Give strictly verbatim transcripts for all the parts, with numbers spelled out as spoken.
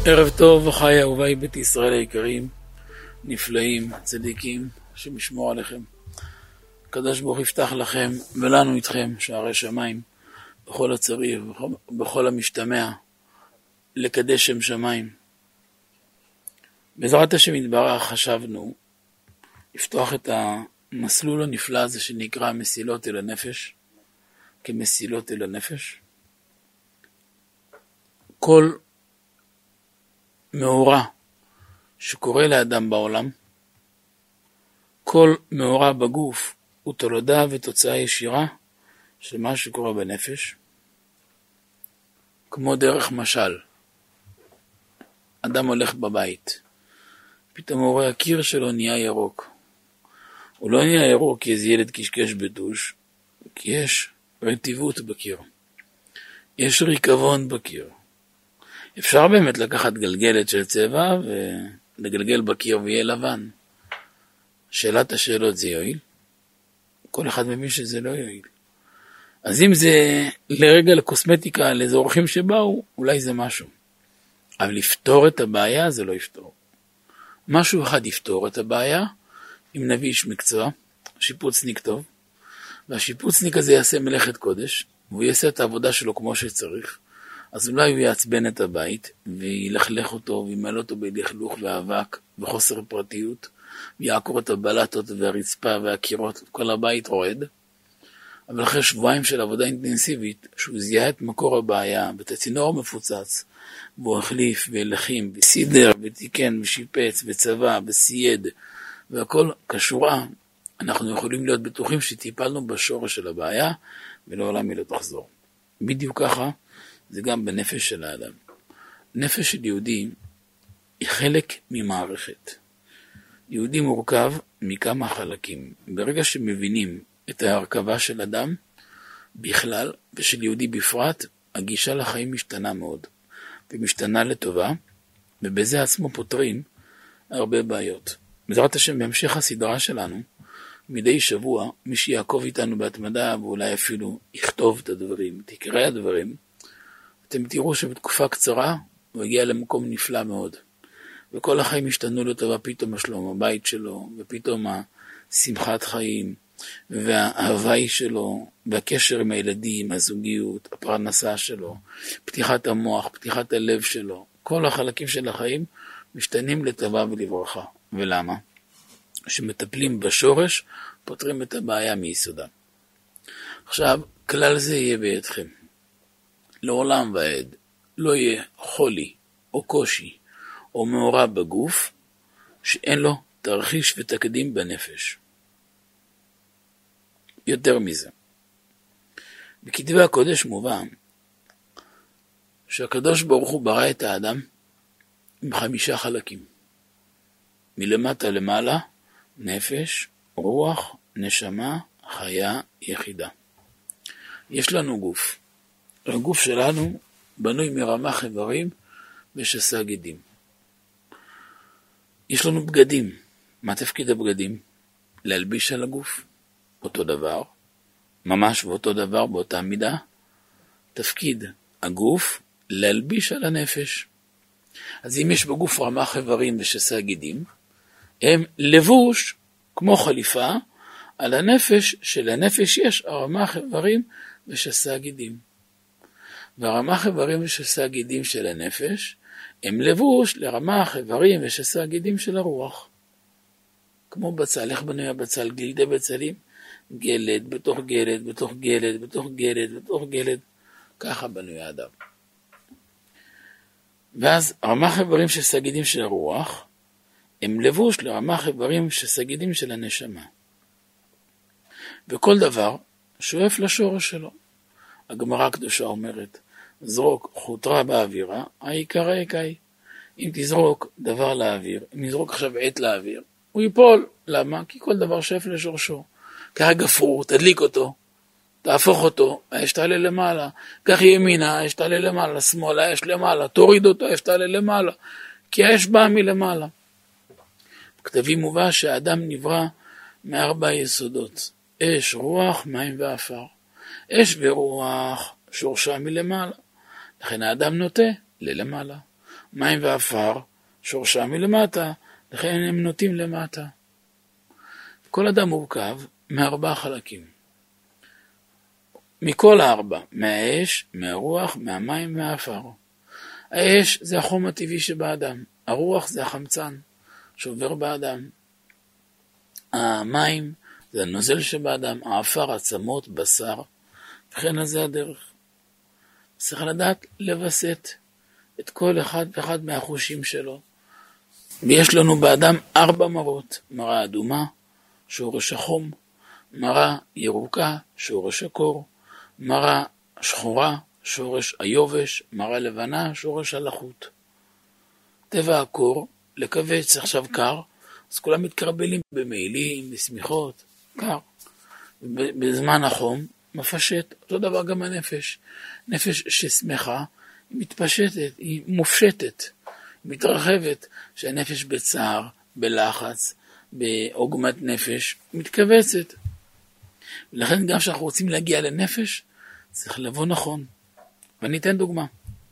ערב טוב, חיי אהוביי בית ישראל היקרים, נפלאים, צדיקים, שמשמור עליכם. הקדוש ברוך יפתח לכם ולנו איתכם שערי שמיים, בכל הצריף, בכל, בכל המשתמע, לקדש שם שמיים. בעזרת השם יתברך חשבנו לפתוח את המסלול הנפלא הזה שנקרא מסילות אל הנפש, כמסילות אל הנפש. כל מאורע שקורה לאדם בעולם, כל מאורע בגוף הוא תולדה ותוצאה ישירה של מה שקורה בנפש. כמו דרך משל, אדם הולך בבית, פתאום הוא רואה הקיר שלו נהיה ירוק. הוא לא נהיה ירוק כי איזה ילד קשקש בדוש, כי יש רטיבות בקיר, יש ריקבון בקיר. אפשר באמת לקחת גלגלת של צבע ולגלגל בקיר ויהיה לבן. שאלת השאלות, זה יועיל? כל אחד מבין שזה לא יועיל. אז אם זה לרגע לקוסמטיקה, לאיזה אורחים שבאו, אולי זה משהו. אבל לפתור את הבעיה זה לא יפתור. משהו אחד יפתור את הבעיה, אם נביא איש מקצוע, שיפוצניק טוב, והשיפוצניק הזה יעשה מלאכת קודש, והוא יעשה את העבודה שלו כמו שצריך, אז אולי הוא יעצבן את הבית, וילכלך אותו, וימלא אותו בלכלוך ואבק, וחוסר פרטיות, ויעקור את הבלטות והרצפה והקירות, כל הבית רועד. אבל אחרי שבועיים של עבודה אינטנסיבית, שהוא זיהה את מקור הבעיה, ואת הצינור מפוצץ, והוא החליף והלכים, וסידר, ותיקן, ושיפץ, וצבא, וסייד, והכל כשורה, אנחנו יכולים להיות בטוחים שטיפלנו בשורש של הבעיה, ולעולם היא לא תחזור. בדיוק ככה, זה גם בנפש של האדם. נפש של יהודי היא חלק ממערכת. יהודי מורכב מכמה חלקים. ברגע שמבינים את ההרכבה של אדם בכלל ושל יהודי בפרט, הגישה לחיים משתנה מאוד. ומשתנה לטובה, ובזה עצמו פותרים הרבה בעיות. בעזרת השם, בהמשך הסדרה שלנו, מדי שבוע, מי שיעקוב איתנו בהתמדה, ואולי אפילו יכתוב את הדברים, תקרא הדברים, אתם תראו שבתקופה קצרה הוא הגיע למקום נפלא מאוד. וכל החיים השתנו לטובה, פתאום השלום הבית שלו, ופתאום השמחת חיים, וההוואי שלו, והקשר עם הילדים, הזוגיות, הפרנסה שלו, פתיחת המוח, פתיחת הלב שלו. כל החלקים של החיים משתנים לטובה ולברכה. ולמה? שמטפלים בשורש, פותרים את הבעיה מיסודה. עכשיו, כלל זה יהיה בידכם. לעולם ועד לא יהיה חולי או קושי או מאורע בגוף שאין לו תרחיש ותקדים בנפש. יותר מזה, בכתבי הקודש מובא שהקדוש ברוך הוא ברא את האדם עם חמישה חלקים. מלמטה למעלה, נפש, רוח, נשמה, חיה, יחידה. יש לנו גוף. הגוף שלנו בנוי מרמ"ח איברים ושס"ה גידים. יש לנו בגדים. מה תפקיד הבגדים? להלביש על הגוף. אותו דבר, ממש ואותו דבר באותה מידה. תפקיד הגוף להלביש על הנפש. אז אם יש בגוף רמ"ח איברים ושס"ה גידים, הם לבוש כמו חליפה על הנפש, שלנפש יש רמ"ח איברים ושס"ה גידים. והרמ"ח איברים ושס"ה גידים של הנפש הם לבוש לרמ"ח איברים ושס"ה גידים של הרוח. כמו בצל, איך בנוי הבצל? גלדי בצלים, גלד בתוך גלד, בתוך גלד, בתוך גלד, בתוך גלד, ככה בנוי האדם. ואז רמ"ח איברים ושס"ה גידים של הרוח הם לבוש לרמ"ח איברים ושס"ה גידים של הנשמה. וכל דבר שואף לשורש שלו. הגמרא הקדושה אומרת, זרוק חוטרה באווירה, העיקר העיקאי. אם תזרוק דבר לאוויר, אם נזרוק עכשיו עת לאוויר, הוא ייפול. למה? כי כל דבר שואף לשורשו. קח גפרור, תדליק אותו, תהפוך אותו, האש תעלה למעלה. קח ימינה, האש תעלה למעלה, שמאלה, האש למעלה, תוריד אותו, האש תעלה למעלה. כי האש באה מלמעלה. בכתבים מובא שהאדם נברא מארבע יסודות, אש, רוח, מים ואפר. אש ורוח שורשה מלמעלה, לכן האדם נוטה ללמעלה. מים ואפר, שורשם מלמטה, לכן הם נוטים למטה. כל אדם מורכב מארבעה חלקים. מכל הארבע, מהאש, מהרוח, מהמים, מהאפר. האש זה החום הטבעי שבאדם, הרוח זה החמצן שעובר באדם. המים זה הנוזל שבאדם, האפר, עצמות, בשר, וכן על זה הדרך. צריך לדעת לבסט את כל אחד ואחד מהחושים שלו. ויש לנו באדם ארבע מרות, מרה אדומה, שורש החום, מרה ירוקה, שורש הקור, מרה שחורה, שורש היובש, מרה לבנה, שורש הלחות. טבע הקור, לקווץ עכשיו קר, אז כולם מתקרבלים במעילים, בשמיכות, קר. בזמן החום, מפשט, אותו דבר גם הנפש. נפש ששמחה, היא מתפשטת, היא מופשטת, היא מתרחבת, שהנפש בצער, בלחץ, בעוגמת נפש, מתכווצת. ולכן גם כשאנחנו רוצים להגיע לנפש, צריך לבוא נכון. ואני אתן דוגמה.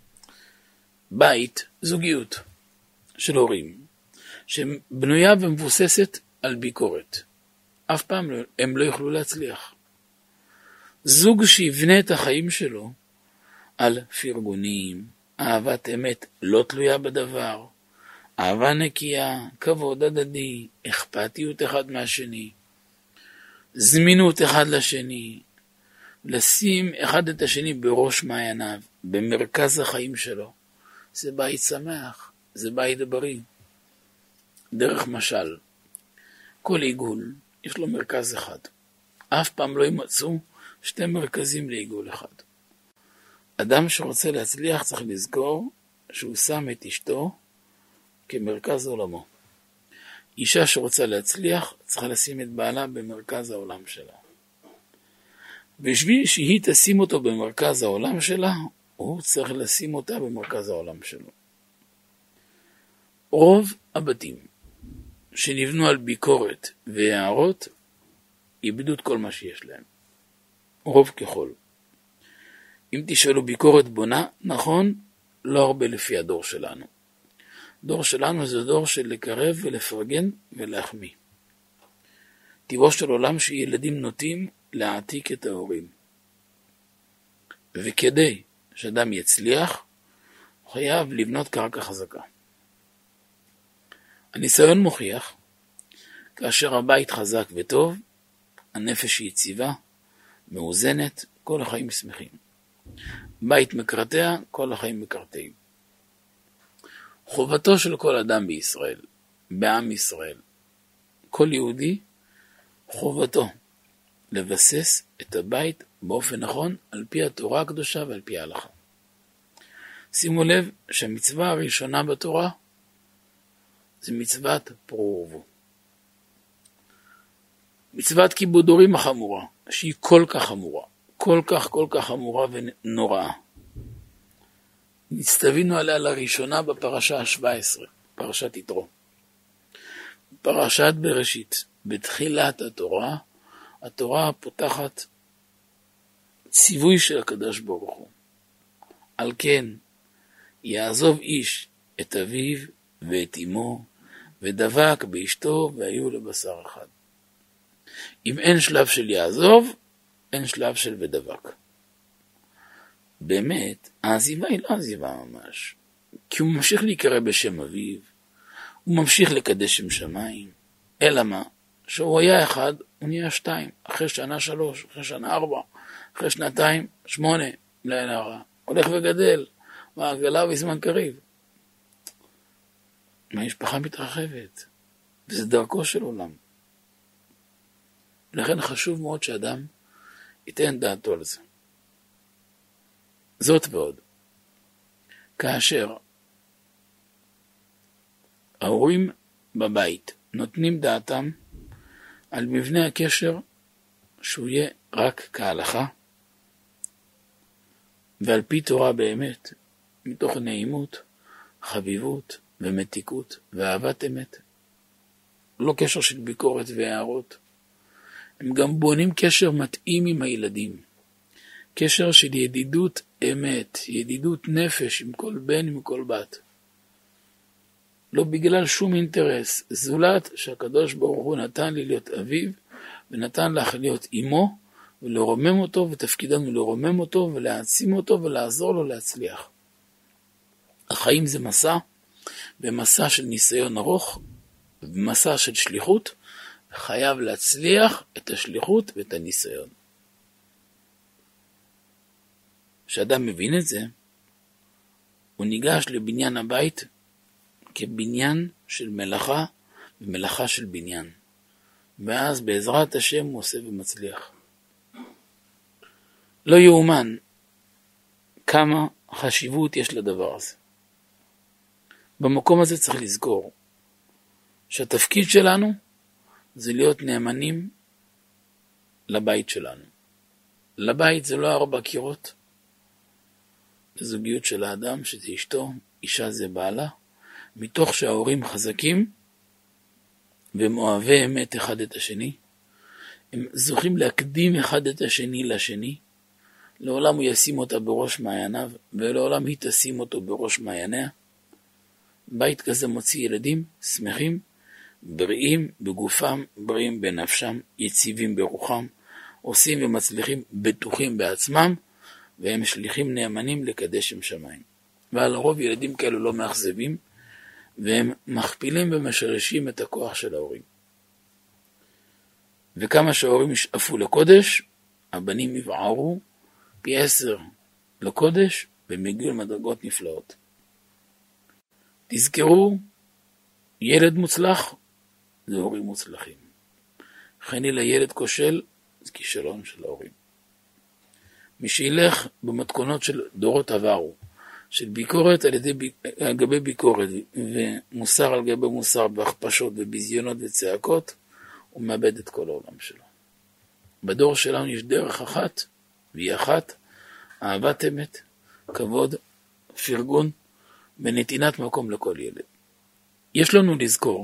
בית, זוגיות של הורים, שבנויה ומבוססת על ביקורת. אף פעם הם לא יוכלו להצליח. זוג שיבנה את החיים שלו על פרגונים, אהבת אמת לא תלויה בדבר, אהבה נקייה, כבוד הדדי, אכפתיות אחד מהשני, זמינות אחד לשני, לשים אחד את השני בראש מעייניו, במרכז החיים שלו. זה בית שמח, זה בית בריא. דרך משל, כל עיגול יש לו מרכז אחד. אף פעם לא יימצאו שתי מרכזים לעיגול אחד. אדם שרוצה להצליח צריך לזכור שהוא שם את אשתו כמרכז עולמו. אישה שרוצה להצליח צריכה לשים את בעלה במרכז העולם שלה. בשביל שהיא תשים אותו במרכז העולם שלה, הוא צריך לשים אותה במרכז העולם שלו. רוב הבתים שנבנו על ביקורת והערות, איבדו את כל מה שיש להם. רוב ככל. אם תשאלו ביקורת בונה, נכון, לא הרבה לפי הדור שלנו. דור שלנו זה דור של לקרב ולפרגן ולהחמיא. טבעו של עולם שילדים נוטים להעתיק את ההורים. וכדי שאדם יצליח, הוא חייב לבנות קרקע חזקה. הניסיון מוכיח, כאשר הבית חזק וטוב, הנפש יציבה, מאוזנת, כל החיים שמחים. בית מקרטע, כל החיים מקרטעים. חובתו של כל אדם בישראל, בעם ישראל, כל יהודי, חובתו לבסס את הבית באופן נכון על פי התורה הקדושה ועל פי ההלכה. שימו לב שהמצווה הראשונה בתורה זה מצוות פרו ורבו. מצוות כיבוד הורים החמורה, שהיא כל כך חמורה, כל כך כל כך חמורה ונוראה. נצטווינו עליה לראשונה בפרשה ה-שבע עשרה, פרשת יתרו. פרשת בראשית, בתחילת התורה, התורה פותחת ציווי של הקדוש ברוך הוא. על כן, יעזוב איש את אביו ואת אמו, ודבק באשתו והיו לבשר אחד. אם אין שלב של יעזוב, אין שלב של ודבק. באמת, העזיבה היא לא עזיבה ממש, כי הוא ממשיך להיקרא בשם אביו, הוא ממשיך לקדש שם שמיים, אלא מה? שהוא היה אחד, הוא נהיה שתיים, אחרי שנה שלוש, אחרי שנה ארבע, אחרי שנתיים, שמונה, לילה הרע, הולך וגדל, והעגלה בזמן קריב. המשפחה מתרחבת, וזה דרכו של עולם. לכן חשוב מאוד שאדם ייתן דעתו על זה. זאת ועוד, כאשר ההורים בבית נותנים דעתם על מבנה הקשר שהוא יהיה רק כהלכה, ועל פי תורה באמת, מתוך נעימות, חביבות ומתיקות ואהבת אמת. לא קשר של ביקורת והערות. הם גם בונים קשר מתאים עם הילדים. קשר של ידידות אמת, ידידות נפש עם כל בן, עם כל בת. לא בגלל שום אינטרס, זולת שהקדוש ברוך הוא נתן לי להיות אביו, ונתן לך להיות אמו, ולרומם אותו, ותפקידנו לרומם אותו, ולהעצים אותו, ולעזור לו להצליח. החיים זה מסע, במסע של ניסיון ארוך, במסע של שליחות, חייב להצליח את השליחות ואת הניסיון. כשאדם מבין את זה, הוא ניגש לבניין הבית כבניין של מלאכה ומלאכה של בניין. ואז בעזרת השם הוא עושה ומצליח. לא יאומן כמה חשיבות יש לדבר הזה. במקום הזה צריך לזכור שהתפקיד שלנו זה להיות נאמנים לבית שלנו. לבית זה לא ארבע קירות, הזוגיות של האדם, שזה אשתו, אישה זה בעלה, מתוך שההורים חזקים, והם אוהבי אמת אחד את השני, הם זוכים להקדים אחד את השני לשני, לעולם הוא ישים אותה בראש מעייניו, ולעולם היא תשים אותו בראש מעייניה. בית כזה מוציא ילדים שמחים, בריאים בגופם, בריאים בנפשם, יציבים ברוחם, עושים ומצליחים בטוחים בעצמם, והם שליחים נאמנים לקדש שם שמיים. ועל הרוב ילדים כאלו לא מאכזבים, והם מכפילים ומשרשים את הכוח של ההורים. וכמה שההורים ישאפו לקודש, הבנים יבערו פי עשר לקודש, והם יגיעו למדרגות נפלאות. תזכרו, ילד מוצלח זה הורים מוצלחים. חנילה ילד כושל זה כישלון של ההורים. מי שילך במתכונות של דורות עברו, של ביקורת על ידי על גבי ביקורת, ומוסר על גבי מוסר, בהכפשות ובזיונות וצעקות, הוא מאבד את כל העולם שלו. בדור שלנו יש דרך אחת, והיא אחת, אהבת אמת, כבוד, פרגון, ונתינת מקום לכל ילד. יש לנו לזכור,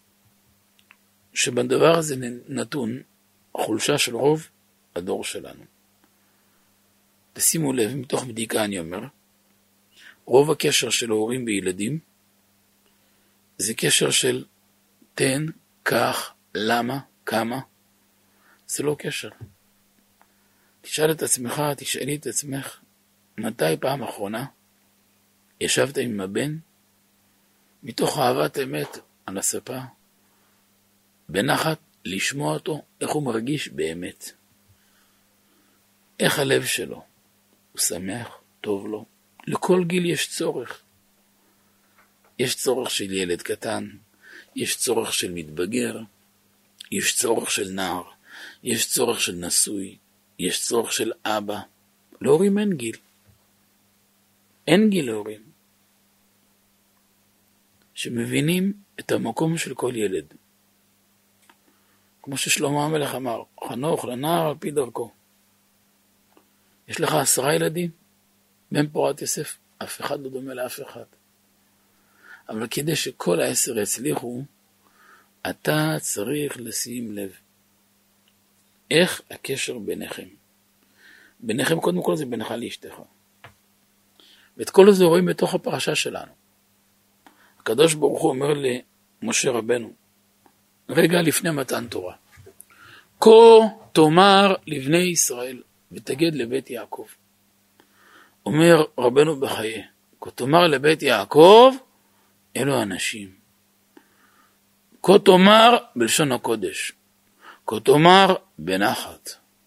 שבדבר הזה נתון חולשה של רוב הדור שלנו. תשימו לב, מתוך בדיקה אני אומר, רוב הקשר של ההורים וילדים, זה קשר של תן, כך, למה, כמה, זה לא קשר. תשאל את עצמך, תשאלי את עצמך, מתי פעם אחרונה ישבת עם הבן, מתוך אהבת אמת על הספה, בנחת לשמוע אותו, איך הוא מרגיש באמת. איך הלב שלו, הוא שמח, טוב לו. לכל גיל יש צורך. יש צורך של ילד קטן, יש צורך של מתבגר, יש צורך של נער, יש צורך של נשוי, יש צורך של אבא. להורים אין גיל. אין גיל להורים. שמבינים את המקום של כל ילד. כמו ששלמה המלך אמר, חנוך לנער על פי דרכו. יש לך עשרה ילדים, בן פורת יוסף, אף אחד לא דומה לאף אחד. אבל כדי שכל העשר יצליחו, אתה צריך לשים לב. איך הקשר ביניכם? ביניכם קודם כל זה בינך לאשתך. ואת כל זה רואים בתוך הפרשה שלנו. הקדוש ברוך הוא אומר למשה רבנו, רגע לפני מתן תורה, כה תאמר לבני ישראל, ותגיד לבית יעקב. אומר רבנו בחיי, כה תאמר לבית יעקב, אלו אנשים. כה תאמר בלשון הקודש, כה תאמר בנחת.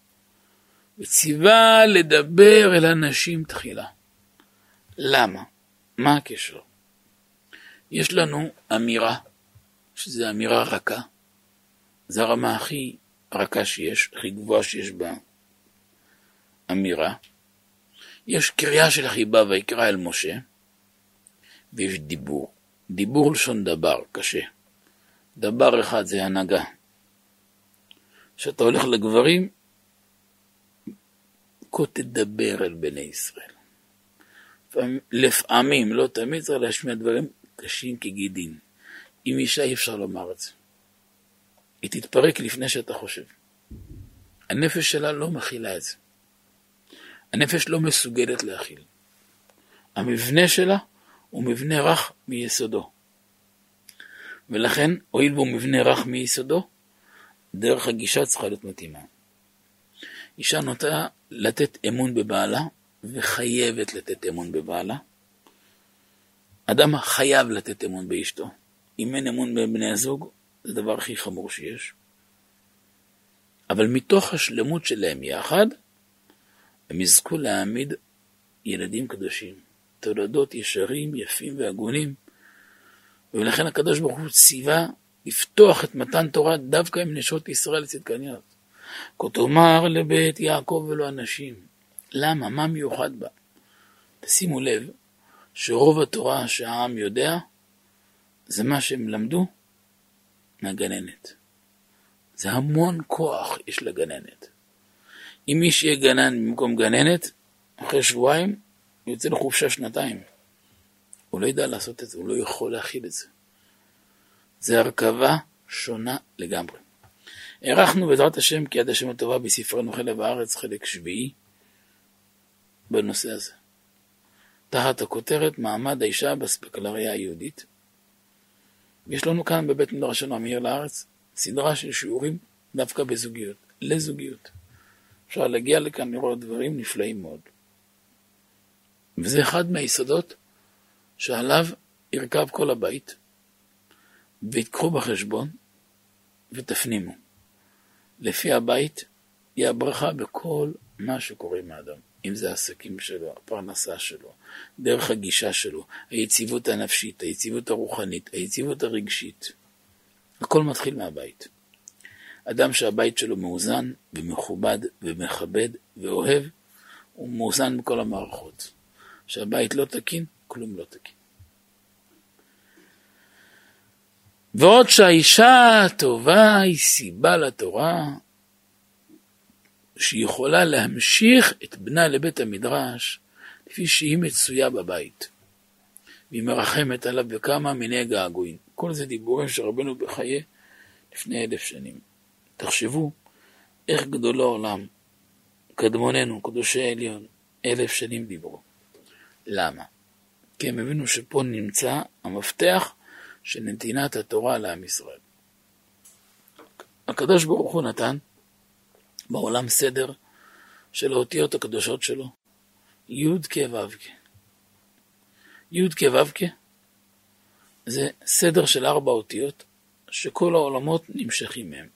וציווה לדבר אל אנשים תחילה. למה? מה הקשר? יש לנו אמירה, שזו אמירה רכה. זו הרמה הכי רכה שיש, הכי גבוהה שיש בה אמירה. יש קריאה של חיבה ויקרא אל משה, ויש דיבור. דיבור לשון דבר, קשה. דבר אחד זה הנהגה. כשאתה הולך לגברים, כה תדבר אל בני ישראל. לפעמים, לא תמיד, צריך להשמיע דברים קשים כגידין. עם אישה אי אפשר לומר את זה. היא תתפרק לפני שאתה חושב. הנפש שלה לא מכילה את זה. הנפש לא מסוגלת להכיל. המבנה שלה הוא מבנה רך מיסודו. ולכן, הואיל בו מבנה רך מיסודו, דרך הגישה צריכה להיות מתאימה. אישה נוטה לתת אמון בבעלה, וחייבת לתת אמון בבעלה. אדם חייב לתת אמון באשתו. אם אין אמון בבני הזוג, זה הדבר הכי חמור שיש. אבל מתוך השלמות שלהם יחד, הם יזכו להעמיד ילדים קדושים, תולדות ישרים, יפים והגונים, ולכן הקדוש ברוך הוא ציווה לפתוח את מתן תורה דווקא עם נשות ישראל צדקניות. כה תאמר לבית יעקב ולא אנשים. למה? מה מיוחד בה? תשימו לב שרוב התורה שהעם יודע, זה מה שהם למדו מהגננת. זה המון כוח יש לגננת. אם מי שיהיה גנן במקום גננת, אחרי שבועיים הוא יוצא לחופשה שנתיים. הוא לא ידע לעשות את זה, הוא לא יכול להכיל את זה. זה הרכבה שונה לגמרי. ערכנו בעזרת השם כי יד השם הטובה בספרנו חלב הארץ חלק שביעי בנושא הזה. תחת הכותרת מעמד האישה בספקלריה היהודית. יש לנו כאן בבית מדרשנו המאיר לארץ סדרה של שיעורים דווקא בזוגיות, לזוגיות. אפשר להגיע לכאן לראות דברים נפלאים מאוד. וזה אחד מהיסודות שעליו ירכב כל הבית, והתקחו בחשבון ותפנימו. לפי הבית היא הברכה בכל מה שקורה עם האדם. אם זה העסקים שלו, הפרנסה שלו, דרך הגישה שלו, היציבות הנפשית, היציבות הרוחנית, היציבות הרגשית. הכל מתחיל מהבית. אדם שהבית שלו מאוזן ומכובד ומכבד ואוהב, הוא מאוזן בכל המערכות. שהבית לא תקין, כלום לא תקין. ועוד שהאישה הטובה היא סיבה לתורה, שהיא יכולה להמשיך את בנה לבית המדרש, לפי שהיא מצויה בבית. והיא מרחמת עליו בכמה מיני געגועים. כל זה דיבורים שרבנו בחיי לפני אלף שנים. תחשבו איך גדול העולם, קדמוננו, קדושי העליון, אלף שנים דיברו. למה? כי הם הבינו שפה נמצא המפתח של נתינת התורה לעם ישראל. הקדוש ברוך הוא נתן בעולם סדר של האותיות הקדושות שלו, י' כ' ו' כ'. י' כ' ו' כ' זה סדר של ארבע אותיות שכל העולמות נמשכים מהם.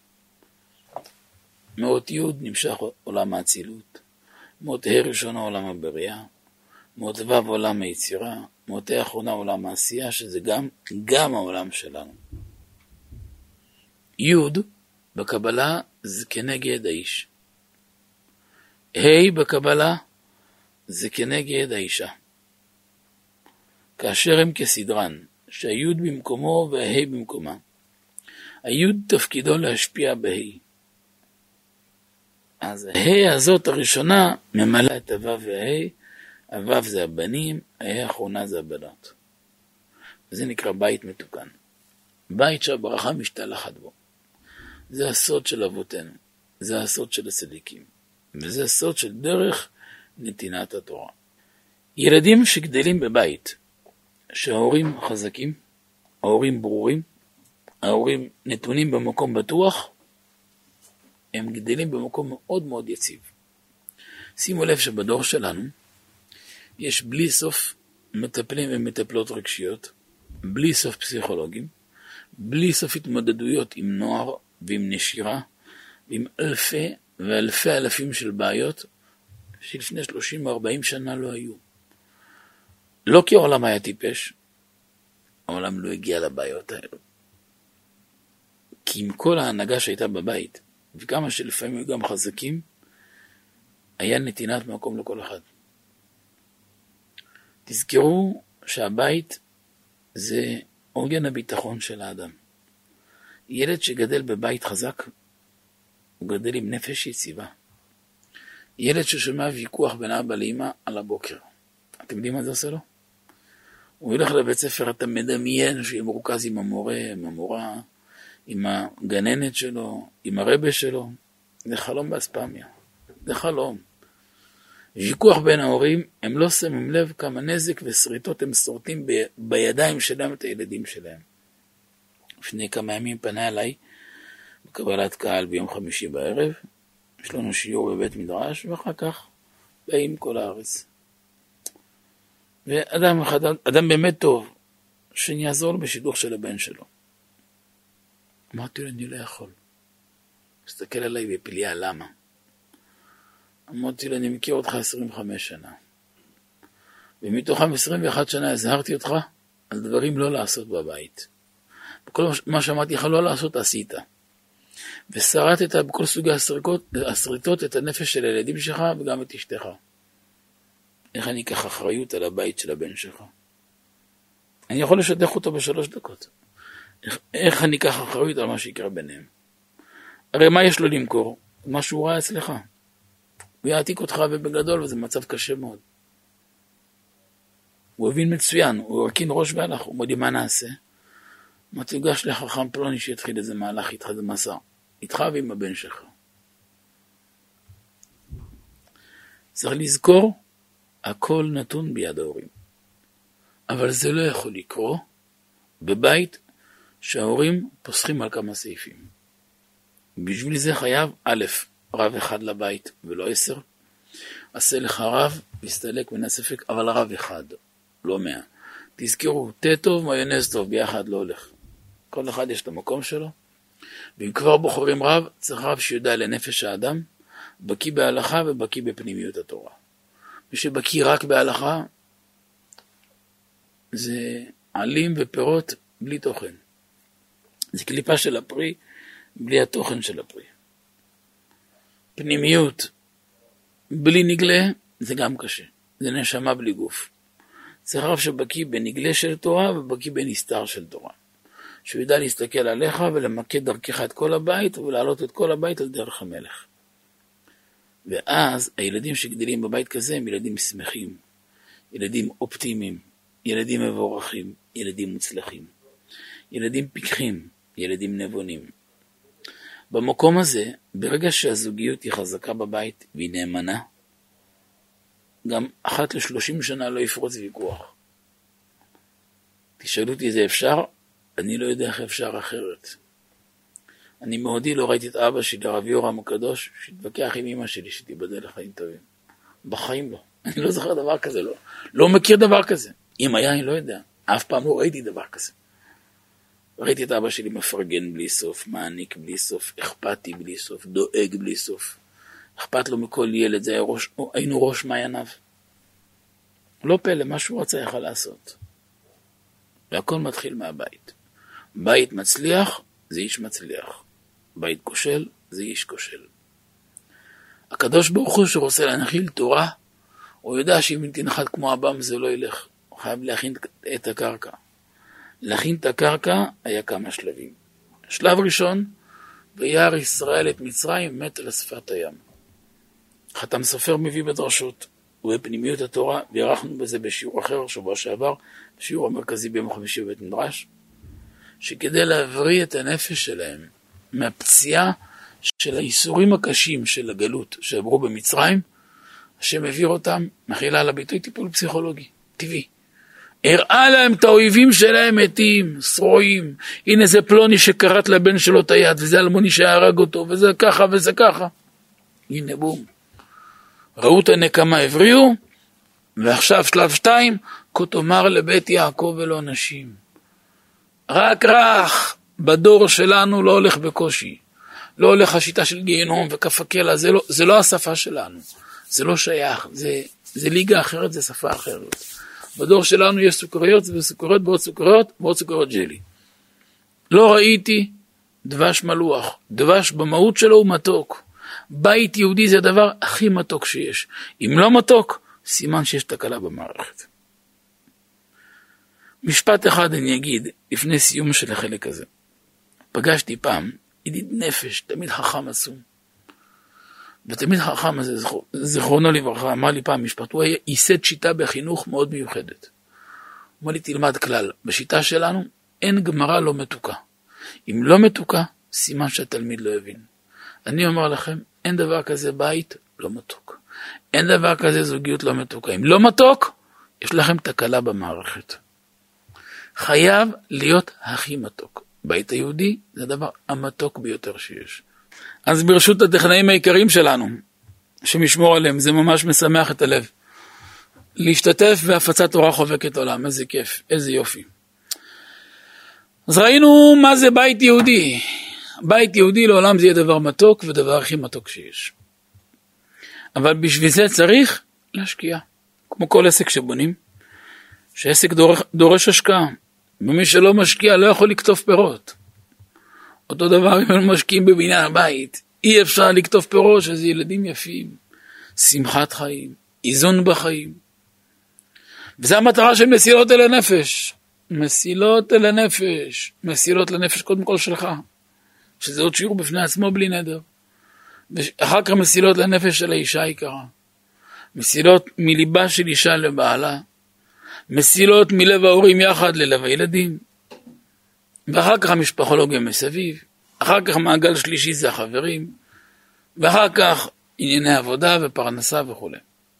מאות י' נמשך עולם האצילות, מאות ה' ראשונה עולם הבריאה, מאות ו' עולם היצירה, מאות ה' אחרונה עולם העשייה, שזה גם, גם העולם שלנו. י' בקבלה זה כנגד האיש. ה' בקבלה זה כנגד האישה. כאשר הם כסדרן, שהי' במקומו והה' במקומה. הי' תפקידו להשפיע בה'. אז הה' הזאת הראשונה ממלא את הו' והה', הו' זה הבנים, הה' האחרונה זה הבנות. זה נקרא בית מתוקן. בית שהברכה משתלחת בו. זה הסוד של אבותינו, זה הסוד של הצדיקים, וזה הסוד של דרך נתינת התורה. ילדים שגדלים בבית, שההורים חזקים, ההורים ברורים, ההורים נתונים במקום בטוח, הם גדלים במקום מאוד מאוד יציב. שימו לב שבדור שלנו, יש בלי סוף מטפלים ומטפלות רגשיות, בלי סוף פסיכולוגים, בלי סוף התמודדויות עם נוער ועם נשירה, ועם אלפי ואלפי אלפים של בעיות, שלפני שלושים ארבעים שנה לא היו. לא כי העולם היה טיפש, העולם לא הגיע לבעיות האלו. כי עם כל ההנהגה שהייתה בבית, וכמה שלפעמים היו גם חזקים, היה נתינת מקום לכל אחד. תזכרו שהבית זה עוגן הביטחון של האדם. ילד שגדל בבית חזק, הוא גדל עם נפש יציבה. ילד ששומע ויכוח בין אבא לאמא על הבוקר. אתם יודעים מה זה עושה לו? הוא ילך לבית ספר, אתה מדמיין שיהיה מרוכז עם המורה, עם המורה, עם הגננת שלו, עם הרבה שלו. זה חלום באספמיה. זה חלום. ויכוח בין ההורים, הם לא שמים לב כמה נזק ושריטות הם שורטים ב- בידיים שלהם את הילדים שלהם. לפני כמה ימים פנה אליי בקבלת קהל ביום חמישי בערב, יש לנו שיעור בבית מדרש, ואחר כך באים כל הארץ. ואדם אחד, אדם באמת טוב, שאני אעזור לו בשידוך של הבן שלו. אמרתי לו, אני לא יכול. מסתכל עליי בפליאה, למה? אמרתי לו, אני מכיר אותך עשרים וחמש שנה. ומתוכם עשרים ואחת שנה הזהרתי אותך על דברים לא לעשות בבית. בכל מה שאמרתי לך לא לעשות, עשית. ושרטת בכל סוגי הסריטות את הנפש של הילדים שלך וגם את אשתך. איך אני אקח אחריות על הבית של הבן שלך? אני יכול לשדך אותו בשלוש דקות. איך, איך אני אקח אחריות על מה שיקרה ביניהם? הרי מה יש לו למכור? מה שהוא ראה אצלך. הוא יעתיק אותך ובגדול, וזה מצב קשה מאוד. הוא הבין מצוין, הוא הרכין ראש והלך, הוא מודי מה נעשה? מה תיגש לחכם פלוני שיתחיל איזה מהלך איתך, זה מסע. איתך ועם הבן שלך. צריך לזכור, הכל נתון ביד ההורים. אבל זה לא יכול לקרות בבית שההורים פוסחים על כמה סעיפים. בשביל זה חייב, א', רב אחד לבית ולא עשר. עשה לך רב, מסתלק מן הספק, אבל רב אחד, לא מאה. תזכרו, תה טוב, מיונז טוב, ביחד לא הולך. כל אחד יש את המקום שלו. ואם כבר בוחרים רב, צריך רב שיודע לנפש האדם, בקיא בהלכה ובקיא בפנימיות התורה. מי שבקיא רק בהלכה, זה עלים ופירות בלי תוכן. זה קליפה של הפרי, בלי התוכן של הפרי. פנימיות, בלי נגלה, זה גם קשה. זה נשמה בלי גוף. צריך רב שבקיא בנגלה של תורה, ובקיא בנסתר של תורה. שהוא ידע להסתכל עליך ולמקד דרכך את כל הבית, ולהעלות את כל הבית על דרך המלך. ואז הילדים שגדלים בבית כזה הם ילדים שמחים, ילדים אופטימיים, ילדים מבורכים, ילדים מוצלחים, ילדים פיקחים, ילדים נבונים. במקום הזה, ברגע שהזוגיות היא חזקה בבית והיא נאמנה, גם אחת לשלושים שנה לא יפרוץ ויכוח. תשאלו אותי זה אפשר? אני לא יודע איך אפשר אחרת. אני מעודי לא ראיתי את אבא שלי, הרב יורם הקדוש, שהתווכח עם אמא שלי שתיבדל לחיים טובים. בחיים לא. אני לא זוכר דבר כזה, לא. לא מכיר דבר כזה. אם היה, אני לא יודע. אף פעם לא ראיתי דבר כזה. ראיתי את אבא שלי מפרגן בלי סוף, מעניק בלי סוף, אכפתי בלי סוף, דואג בלי סוף. אכפת לו מכל ילד, זה היה ראש, היינו ראש מעייניו. לא פלא, מה שהוא רצה יכל לעשות. והכל מתחיל מהבית. בית מצליח, זה איש מצליח. בית כושל, זה איש כושל. הקדוש ברוך הוא שרוצה להנחיל תורה, הוא יודע שאם תנחת כמו אבם זה לא ילך. הוא חייב להכין את הקרקע. להכין את הקרקע היה כמה שלבים. שלב ראשון, וירא ישראל את מצרים מת על שפת הים. חתם סופר מביא בדרשות, ובפנימיות התורה, וערכנו בזה בשיעור אחר, שבוע שעבר, בשיעור המרכזי ביום חמישי בבית מדרש, שכדי להבריא את הנפש שלהם מהפציעה של האיסורים הקשים של הגלות שעברו במצרים, השם העביר אותם, מחילה על הביטוי, טיפול פסיכולוגי, טבעי. הראה להם את האויבים שלהם מתים, שרועים, הנה זה פלוני שקראת לבן שלו את היד, וזה אלמוני שהרג אותו, וזה ככה וזה ככה. הנה בום. ראו את הנקמה, הבריאו, ועכשיו שלב שתיים, כה תאמר לבית יעקב ולא נשים. רק רך, בדור שלנו לא הולך בקושי. לא הולך השיטה של גיהנום וכף הקלע, זה לא, זה לא השפה שלנו. זה לא שייך, זה, זה ליגה אחרת, זה שפה אחרת. בדור שלנו יש סוכריות וסוכריות בעוד סוכריות, בעוד סוכריות ג'לי. לא ראיתי דבש מלוח. דבש במהות שלו הוא מתוק. בית יהודי זה הדבר הכי מתוק שיש. אם לא מתוק, סימן שיש תקלה במערכת. משפט אחד אני אגיד, לפני סיום של החלק הזה. פגשתי פעם, ידיד נפש, תמיד חכם עצום. ותמיד חכם הזה, זכרונו לברכה, אמר לי פעם משפט, הוא ייסד שיטה בחינוך מאוד מיוחדת. הוא אמר לי, תלמד כלל, בשיטה שלנו אין גמרא לא מתוקה. אם לא מתוקה, סימן שהתלמיד לא הבין. אני אומר לכם, אין דבר כזה בית לא מתוק. אין דבר כזה זוגיות לא מתוקה. אם לא מתוק, יש לכם תקלה במערכת. חייב להיות הכי מתוק. בית היהודי זה הדבר המתוק ביותר שיש. אז ברשות הטכנאים העיקריים שלנו, שמשמור עליהם, זה ממש משמח את הלב. להשתתף בהפצת תורה חובקת עולם, איזה כיף, איזה יופי. אז ראינו מה זה בית יהודי. בית יהודי לעולם זה יהיה דבר מתוק, ודבר הכי מתוק שיש. אבל בשביל זה צריך להשקיע. כמו כל עסק שבונים, שעסק דורש, דורש השקעה. ומי שלא משקיע לא יכול לקטוף פירות. אותו דבר אם הם משקיעים בבניין הבית, אי אפשר לקטוף פירות, שזה ילדים יפים, שמחת חיים, איזון בחיים. וזו המטרה של מסילות אל הנפש. מסילות אל הנפש. מסילות לנפש קודם כל שלך. שזה עוד שיעור בפני עצמו בלי נדר. ואחר כך מסילות לנפש של האישה היקרה. מסילות מליבה של אישה לבעלה. מסילות מלב ההורים יחד ללב הילדים. ואחר כך המשפחולוגיה מסביב. אחר כך מעגל שלישי זה החברים. ואחר כך ענייני עבודה ופרנסה וכו'.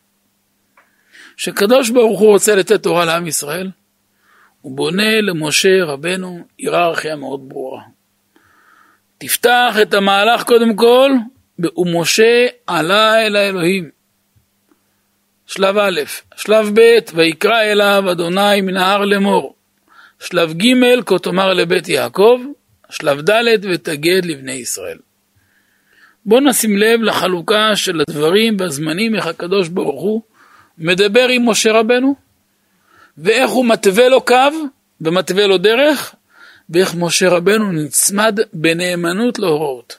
שקדוש ברוך הוא רוצה לתת תורה לעם ישראל, הוא בונה למשה רבנו היררכיה מאוד ברורה. תפתח את המהלך קודם כל, ומשה עלה אל האלוהים. שלב א', שלב ב', ויקרא אליו אדוני מן ההר לאמור. שלב ג', כה תאמר לבית יעקב. שלב ד', ותגד לבני ישראל. בואו נשים לב לחלוקה של הדברים והזמנים, איך הקדוש ברוך הוא מדבר עם משה רבנו, ואיך הוא מתווה לו קו, ומתווה לו דרך, ואיך משה רבנו נצמד בנאמנות להוראות.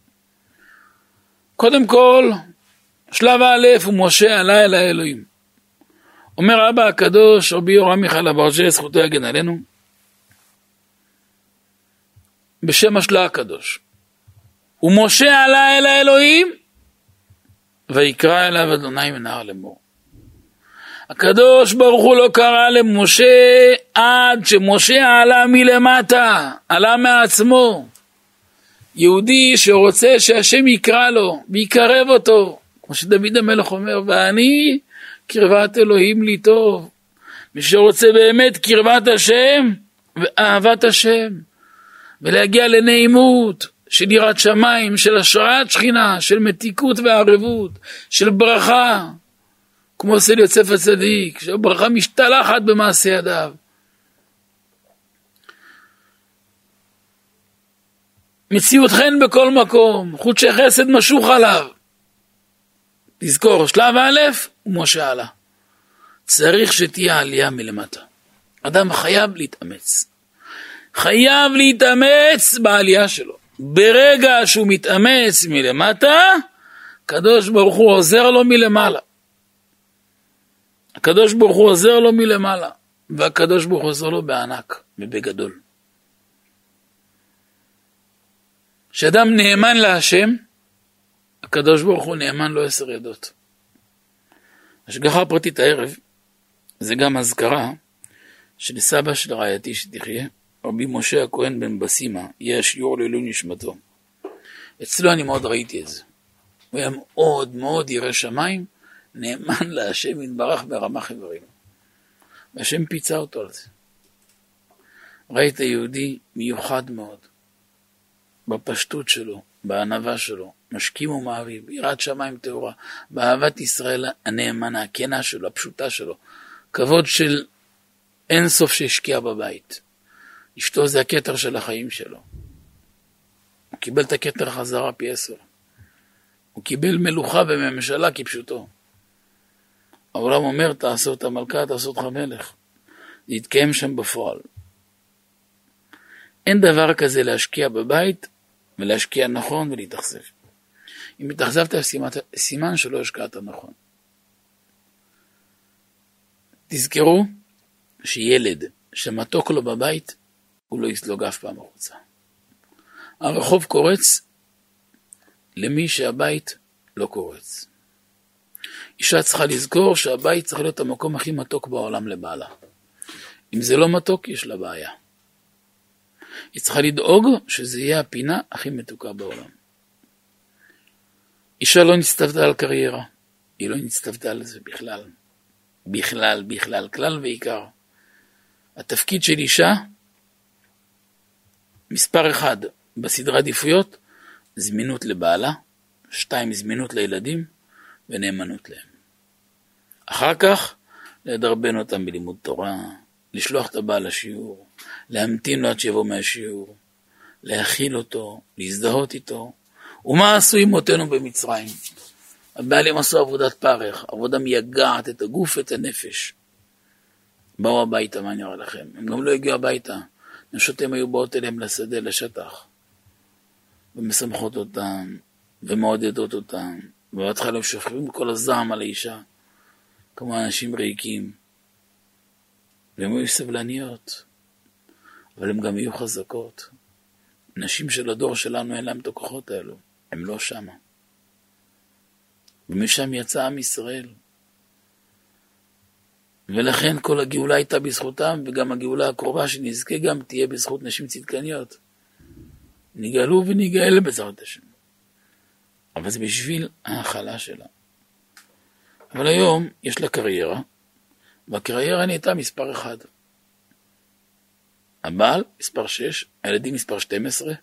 קודם כל, שלב א' הוא משה עלה אל האלוהים. אומר אבא הקדוש, רבי יורם מיכאל אברג'ל, זכותו יגן עלינו, בשם השלה הקדוש. ומשה עלה אל האלוהים, ויקרא אליו אדוני מן ההר לאמור. הקדוש ברוך הוא לא קרא למשה עד שמשה עלה מלמטה, עלה מעצמו. יהודי שרוצה שהשם יקרא לו ויקרב אותו, כמו שדוד המלך אומר, ואני קרבת אלוהים לי טוב. מי שרוצה באמת קרבת השם ואהבת השם, ולהגיע לנעימות של יראת שמיים, של השראת שכינה, של מתיקות וערבות, של ברכה, כמו אצל יוסף הצדיק, שהברכה משתלחת במעשה ידיו. מציאות חן בכל מקום, חודשי חסד משוך עליו. תזכור, שלב א' הוא משה עלה. צריך שתהיה עלייה מלמטה. אדם חייב להתאמץ. חייב להתאמץ בעלייה שלו. ברגע שהוא מתאמץ מלמטה, הקדוש ברוך הוא עוזר לו מלמעלה. הקדוש ברוך הוא עוזר לו מלמעלה, והקדוש ברוך הוא עוזר לו בענק ובגדול. כשאדם נאמן להשם, הקדוש ברוך הוא נאמן לו עשר ידות. השגחה פרטית הערב, זה גם הזכרה של סבא של רעייתי שתחיה, רבי משה הכהן בן בסימה, יהיה השיעור לעילוי נשמתו. אצלו אני מאוד ראיתי את זה. הוא היה מאוד מאוד ירא שמיים, נאמן להשם יתברך ברמה חברים. והשם פיצה אותו על זה. ראית יהודי מיוחד מאוד, בפשטות שלו, בענווה שלו, משכים ומעריב, ביראת שמיים טהורה, באהבת ישראל הנאמנה, הכנה שלו, הפשוטה שלו, כבוד של אין סוף שהשקיע בבית. אשתו זה הכתר של החיים שלו. הוא קיבל את הכתר חזרה פי עשר. הוא קיבל מלוכה וממשלה כפשוטו. העולם אומר, תעשו את המלכה, תעשו אותך מלך. זה יתקיים שם בפועל. אין דבר כזה להשקיע בבית, ולהשקיע נכון ולהתאכזב. אם התאכזבת, סימן שלא השקעת נכון. תזכרו שילד שמתוק לו בבית, הוא לא יסלוג אף פעם החוצה. הרחוב קורץ למי שהבית לא קורץ. אישה צריכה לזכור שהבית צריך להיות המקום הכי מתוק בעולם לבעלה. אם זה לא מתוק, יש לה בעיה. היא צריכה לדאוג שזה יהיה הפינה הכי מתוקה בעולם. אישה לא נסתוותה על קריירה. היא לא נסתוותה על זה בכלל. בכלל, בכלל, כלל ועיקר. התפקיד של אישה מספר אחד בסדרי עדיפויות, זמינות לבעלה, שתיים, זמינות לילדים ונאמנות להם. אחר כך, לדרבן אותם בלימוד תורה, לשלוח את הבעל לשיעור, להמתין לו עד שיבוא מהשיעור, להכיל אותו, להזדהות איתו. ומה עשו אמותינו במצרים? הבעלים עשו עבודת פרך, עבודה מייגעת את הגוף ואת הנפש. באו הביתה, מה אני אומר לכם? הם גם לא הגיעו הביתה. נשותיהם היו באות אליהם לשדה, לשטח. ומשמחות אותם, ומעודדות אותם. ובהתחלה הם שופכים כל הזעם על האישה, כמו אנשים ריקים. והם היו סבלניות, אבל הם גם יהיו חזקות. נשים של הדור שלנו אין להם את הכוחות האלו, הם לא שמה. ומשם יצא עם ישראל. ולכן כל הגאולה הייתה בזכותם, וגם הגאולה הקרובה שנזכה גם תהיה בזכות נשים צדקניות. נגאלו ונגאל בעזרת השם. אבל זה בשביל ההכלה שלה. אבל היום יש לה קריירה, והקריירה נהייתה מספר אחד. הבעל מספר שש, הילדים מספר שתים עשרה.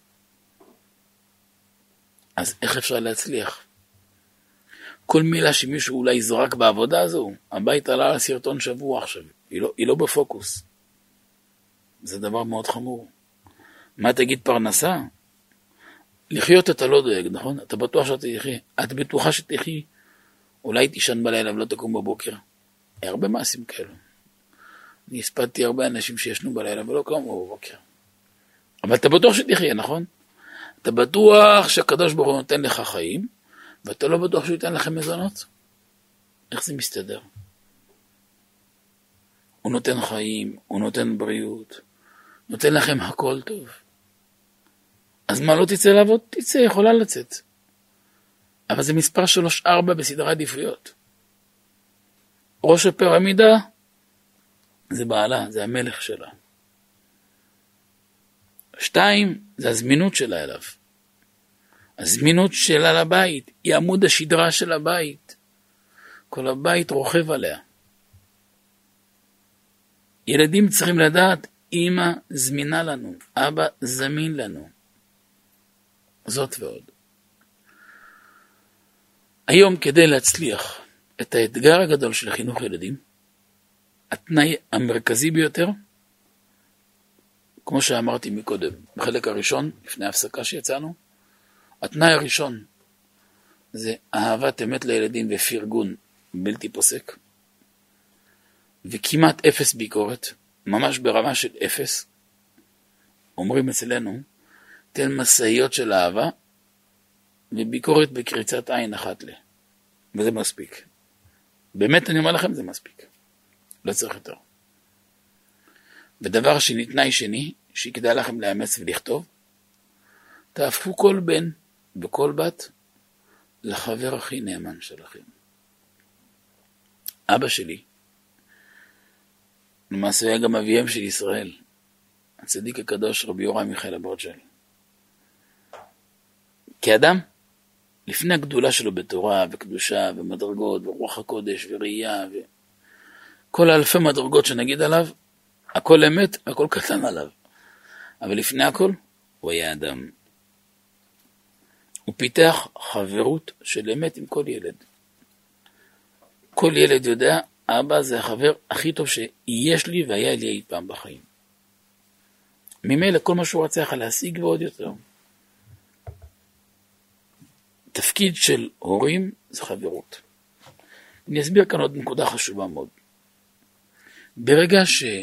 אז איך אפשר להצליח? כל מילה שמישהו אולי יזרק בעבודה הזו, הבית עלה על סרטון שבוע עכשיו, היא לא, היא לא בפוקוס. זה דבר מאוד חמור. מה תגיד פרנסה? לחיות אתה לא דואג, נכון? אתה בטוח שאתה תחי. את בטוחה שתחי. אולי תישן בלילה ולא תקום בבוקר. הרבה מעשים כאלו. אני הספדתי הרבה אנשים שישנו בלילה ולא קמו בבוקר. אבל אתה בטוח שתחיה, נכון? אתה בטוח שהקדוש ברוך הוא נותן לך חיים, ואתה לא בטוח שהוא ייתן לכם מזונות? איך זה מסתדר? הוא נותן חיים, הוא נותן בריאות, נותן לכם הכל טוב. אז מה לא תצא לעבוד? תצא, יכולה לצאת. אבל זה מספר שלוש ארבע בסדרי עדיפויות. ראש הפירמידה זה בעלה, זה המלך שלה. שתיים, זה הזמינות שלה אליו. הזמינות שלה לבית, היא עמוד השדרה של הבית. כל הבית רוכב עליה. ילדים צריכים לדעת, אמא זמינה לנו, אבא זמין לנו. זאת ועוד. היום כדי להצליח את האתגר הגדול של חינוך ילדים, התנאי המרכזי ביותר, כמו שאמרתי מקודם, בחלק הראשון, לפני ההפסקה שיצאנו, התנאי הראשון זה אהבת אמת לילדים ופרגון בלתי פוסק, וכמעט אפס ביקורת, ממש ברמה של אפס. אומרים אצלנו, תן מסעיות של אהבה, וביקורת בקריצת עין אחת לה. וזה מספיק. באמת אני אומר לכם, זה מספיק. לא צריך יותר. ודבר שני, תנאי שני, שכדאי לכם לאמץ ולכתוב, תהפכו כל בן וכל בת לחבר הכי נאמן שלכם. אבא שלי, למעשה היה גם אביהם של ישראל, הצדיק הקדוש רבי יורם מיכאל אברג'ל. כאדם, לפני הגדולה שלו בתורה וקדושה ומדרגות ורוח הקודש וראייה וכל האלפי מדרגות שנגיד עליו, הכל אמת, הכל קטן עליו. אבל לפני הכל, הוא היה אדם. הוא פיתח חברות של אמת עם כל ילד. כל ילד יודע, אבא זה החבר הכי טוב שיש לי והיה לי אי פעם בחיים. ממילא כל מה שהוא רצה לך להשיג ועוד יותר. תפקיד של הורים זה חברות. אני אסביר כאן עוד נקודה חשובה מאוד. ברגע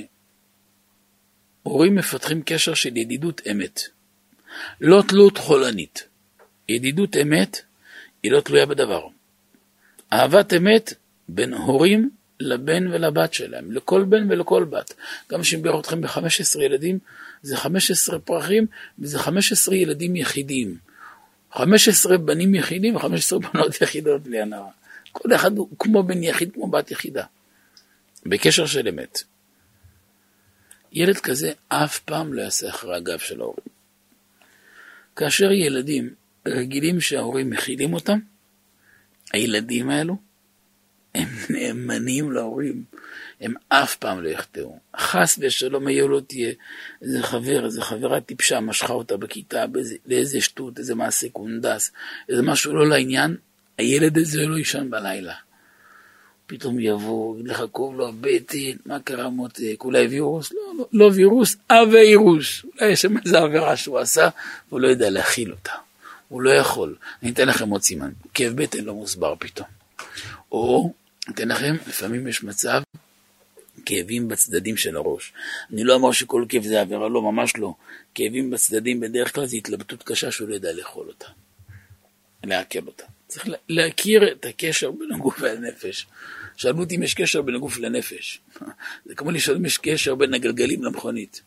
שהורים מפתחים קשר של ידידות אמת, לא תלות חולנית. ידידות אמת היא לא תלויה בדבר. אהבת אמת בין הורים לבן ולבת שלהם, לכל בן ולכל בת. גם שמביאו אתכם ב-חמישה עשר ילדים, זה חמישה עשר פרחים, וזה חמישה עשר ילדים יחידים. חמישה עשר בנים יחידים ו-חמש עשרה בנות יחידות בלי הנאה. כל אחד הוא כמו בן יחיד, כמו בת יחידה. בקשר של אמת. ילד כזה אף פעם לא יעשה אחרי הגב של ההורים. כאשר ילדים רגילים שההורים מכילים אותם, הילדים האלו, הם נאמנים להורים, הם אף פעם לא יחטאו. חס ושלום היה לא תהיה איזה חבר, איזה חברה טיפשה, משכה אותה בכיתה, באיזה, לאיזה שטות, איזה מעשה קונדס, איזה משהו לא לעניין, הילד הזה לא ישן בלילה. פתאום יבוא, יגיד לך, קוב לו הבטן, מה קרה מותק, אולי וירוס? לא, לא, לא וירוס, אווירוס. אולי יש שם איזו עבירה שהוא עשה, והוא לא יודע להכיל אותה. הוא לא יכול. אני אתן לכם עוד סימן, כאב בטן לא מוסבר פתאום. או, אני אתן לכם, לפעמים יש מצב, כאבים בצדדים של הראש. אני לא אמר שכל כאב זה עבירה, לא, ממש לא. כאבים בצדדים בדרך כלל זה התלבטות קשה שהוא לא יודע לאכול אותה. להקל אותה. צריך להכיר את הקשר בין הגוף והנפש. שאלו אותי אם יש קשר בין הגוף לנפש. זה כמו לשאול אם יש קשר בין הגלגלים למכונית.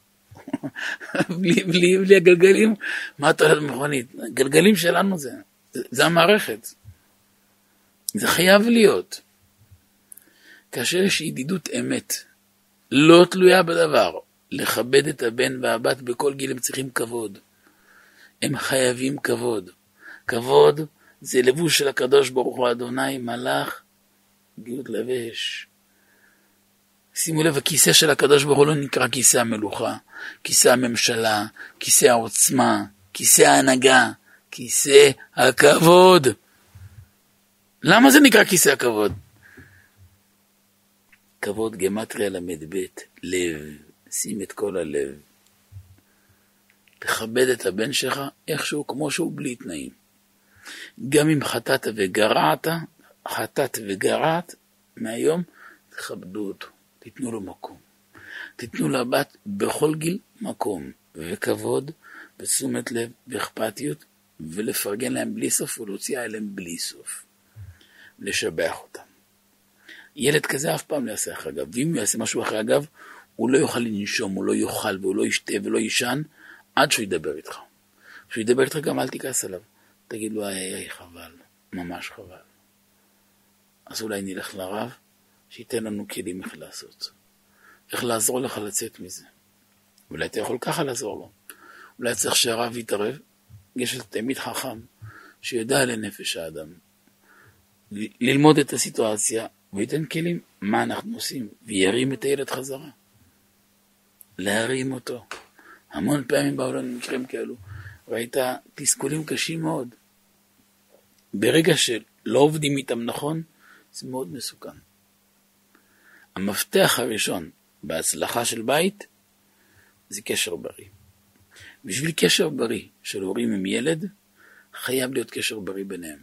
בלי, בלי, בלי הגלגלים, מה אתה הולך במכונית? הגלגלים שלנו זה, זה, זה המערכת. זה חייב להיות. כאשר יש ידידות אמת, לא תלויה בדבר, לכבד את הבן והבת בכל גיל הם צריכים כבוד. הם חייבים כבוד. כבוד זה לבוש של הקדוש ברוך הוא אדוני מלאך גאות לבש. שימו לב, הכיסא של הקדוש ברוך הוא לא נקרא כיסא המלוכה, כיסא הממשלה, כיסא העוצמה, כיסא ההנהגה, כיסא הכבוד. למה זה נקרא כיסא הכבוד? כבוד גמטריה למד בית, לב, שים את כל הלב. תכבד את הבן שלך איכשהו כמו שהוא בלי תנאים. גם אם חטאת וגרעת, חטאת וגרעת, מהיום תכבדו אותו, תיתנו לו מקום. תיתנו לבת בכל גיל מקום, וכבוד, ותשומת לב, ואכפתיות, ולפרגן להם בלי סוף, ולהוציא עליהם בלי סוף. לשבח אותם. ילד כזה אף פעם לא יעשה אחרי אגב, ואם הוא יעשה משהו אחרי אגב, הוא לא יוכל לנשום, הוא לא יאכל, והוא לא ישתה, ולא יישן, עד שהוא ידבר איתך. כשהוא ידבר איתך גם אל תיכעס עליו. תגיד לו, איי, איי, חבל, ממש חבל. אז אולי נלך לרב, שייתן לנו כלים איך לעשות. איך לעזור לך לצאת מזה. אולי אתה יכול ככה לעזור לו. אולי צריך שהרב יתערב. יש תמיד חכם, שיודע לנפש האדם. ל- ללמוד את הסיטואציה, וייתן כלים מה אנחנו עושים, וירים את הילד חזרה. להרים אותו. המון פעמים בעולם מקרים כאלו. ראית תסכולים קשים מאוד. ברגע שלא עובדים איתם נכון, זה מאוד מסוכן. המפתח הראשון בהצלחה של בית, זה קשר בריא. בשביל קשר בריא של הורים עם ילד, חייב להיות קשר בריא ביניהם.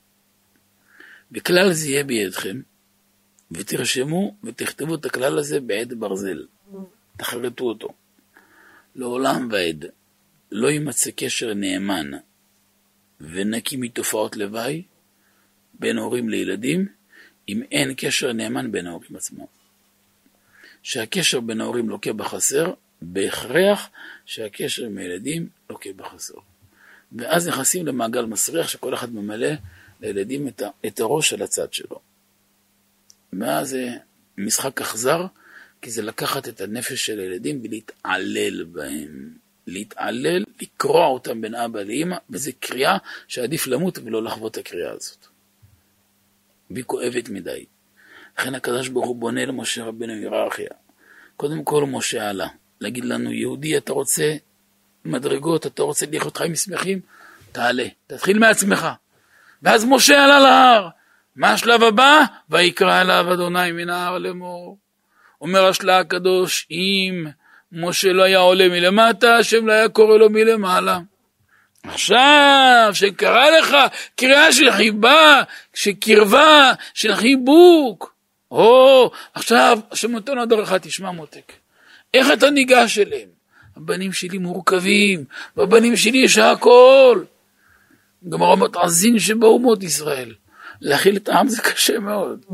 בכלל זה יהיה בידכם, ותרשמו ותכתבו את הכלל הזה בעד ברזל. תחרטו אותו. לעולם ועד. לא יימצא קשר נאמן ונקי מתופעות לוואי בין הורים לילדים, אם אין קשר נאמן בין ההורים עצמם. שהקשר בין ההורים לוקה בחסר, בהכרח שהקשר עם הילדים לוקה בחסר. ואז נכנסים למעגל מסריח שכל אחד ממלא לילדים את, את הראש של הצד שלו. ואז זה משחק אכזר, כי זה לקחת את הנפש של הילדים ולהתעלל בהם. להתעלל, לקרוע אותם בין אבא לאמא, וזה קריאה שעדיף למות ולא לחוות את הקריאה הזאת. והיא כואבת מדי. לכן הקדוש ברוך הוא בונה למשה רבנו היררכיה. קודם כל משה עלה, להגיד לנו, יהודי, אתה רוצה מדרגות, אתה רוצה לחיות חיים שמחים, תעלה, תתחיל מעצמך. ואז משה עלה להר. מה השלב הבא? ויקרא אליו אדוני מן ההר לאמור. אומר השלה הקדוש, אם משה לא היה עולה מלמטה, השם לא היה קורא לו מלמעלה. עכשיו, שקרא לך קריאה של חיבה, שקרבה, של חיבוק. או, עכשיו, השם נותן עוד דרך, תשמע מותק. איך אתה ניגש אליהם? הבנים שלי מורכבים, בבנים שלי יש הכל. גם הרמת עזין שבאומות ישראל. להכיל את העם זה קשה מאוד.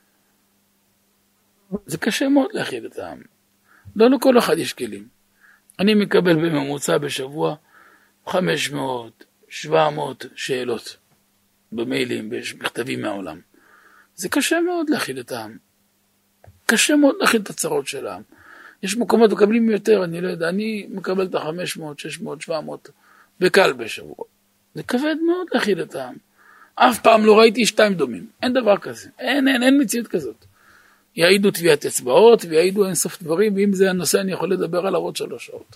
זה קשה מאוד להכיל את העם. לא לכל אחד יש כלים. אני מקבל בממוצע בשבוע חמש מאות, שבע מאות שאלות במיילים, במכתבים מהעולם. זה קשה מאוד להכיל את העם. קשה מאוד להכיל את הצרות של העם. יש מקומות מקבלים יותר, אני לא יודע, אני מקבל את ה-חמש מאות, שש מאות, שבע מאות בקל בשבוע. זה כבד מאוד להכיל את העם. אף פעם לא ראיתי שתיים דומים. אין דבר כזה. אין, אין, אין מציאות כזאת. יעידו טביעת אצבעות, ויעידו אין סוף דברים, ואם זה הנושא אני יכול לדבר עליו עוד שלוש שעות.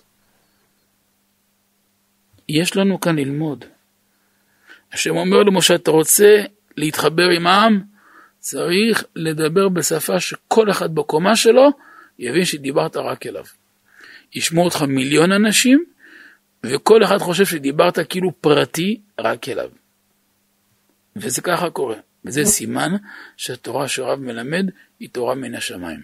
יש לנו כאן ללמוד. השם אומר למשה, אתה רוצה להתחבר עם העם, צריך לדבר בשפה שכל אחד בקומה שלו יבין שדיברת רק אליו. ישמעו אותך מיליון אנשים, וכל אחד חושב שדיברת כאילו פרטי רק אליו. וזה ככה קורה. וזה סימן שהתורה שרב מלמד היא תורה מן השמיים.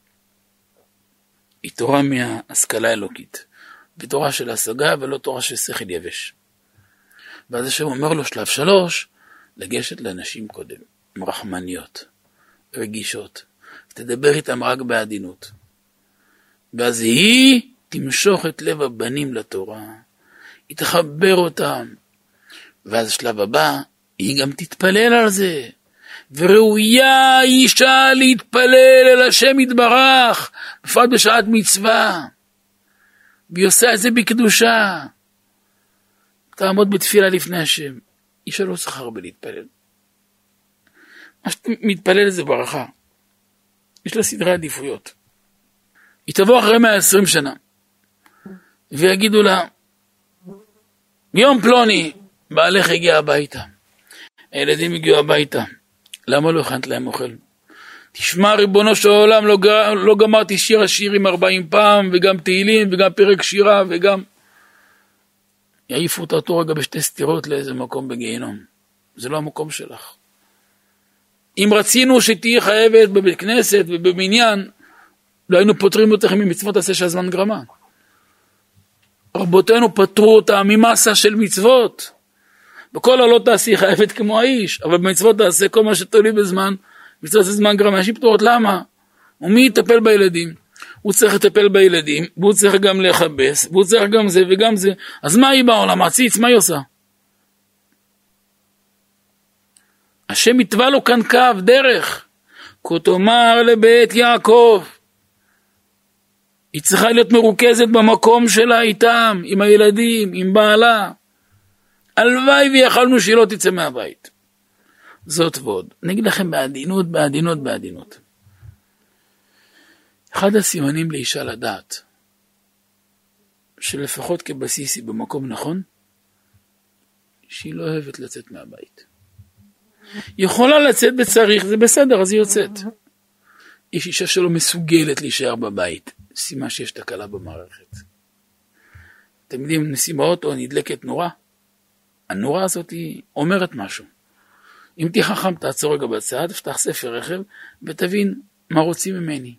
היא תורה מההשכלה האלוקית. ותורה של השגה ולא תורה של שכל יבש. ואז השם אומר לו שלב שלוש, לגשת לאנשים קודם. עם רחמניות, רגישות. ותדבר איתם רק בעדינות. ואז היא תמשוך את לב הבנים לתורה. היא תחבר אותם. ואז השלב הבא, היא גם תתפלל על זה. וראויה אישה להתפלל אל השם יתברך, בפרט בשעת מצווה. והיא עושה את זה בקדושה. תעמוד בתפילה לפני השם. אישה לא צריך הרבה להתפלל. מה שמתפלל זה ברכה. יש לה סדרי עדיפויות. היא תבוא אחרי מאה ועשרים שנה. ויגידו לה, ביום פלוני, בעלך הגיע הביתה. הילדים הגיעו הביתה. למה לא הכנת להם אוכל? תשמע ריבונו של העולם, לא, לא גמרתי שיר השירים ארבעים פעם, וגם תהילים, וגם פרק שירה, וגם... יעיפו אותה אותו רגע בשתי סתירות לאיזה מקום בגיהנום. זה לא המקום שלך. אם רצינו שתהי חייבת בבית כנסת ובמניין, לא היינו פותרים אותך ממצוות עשה של הזמן גרמה. רבותינו פתרו אותה ממסה של מצוות. בכל הלא תעשי חייבת כמו האיש, אבל במצוות תעשה כל מה שתולי בזמן, מצוות זה זמן גרמה. אנשים פתורות, למה? ומי יטפל בילדים? הוא צריך לטפל בילדים, והוא צריך גם לחבס, והוא צריך גם זה וגם זה. אז מה היא בעולם? עציץ, מה היא עושה? השם יתבע לו כאן קו, דרך. כה תאמר לבית יעקב. היא צריכה להיות מרוכזת במקום שלה איתם, עם הילדים, עם בעלה. הלוואי ויכלנו שהיא לא תצא מהבית. זאת ועוד. נגיד לכם בעדינות, בעדינות, בעדינות. אחד הסימנים לאישה לדעת, שלפחות כבסיס היא במקום נכון, שהיא לא אוהבת לצאת מהבית. היא יכולה לצאת בצריך, זה בסדר, אז היא יוצאת. יש אישה שלא מסוגלת להישאר בבית, סימן שיש תקלה במערכת. אתם יודעים, נשים באוטו, נדלקת נורה. הנורה הזאת היא אומרת משהו. אם תהיה חכם, תעצור רגע בצד, תפתח ספר רכב, ותבין מה רוצים ממני.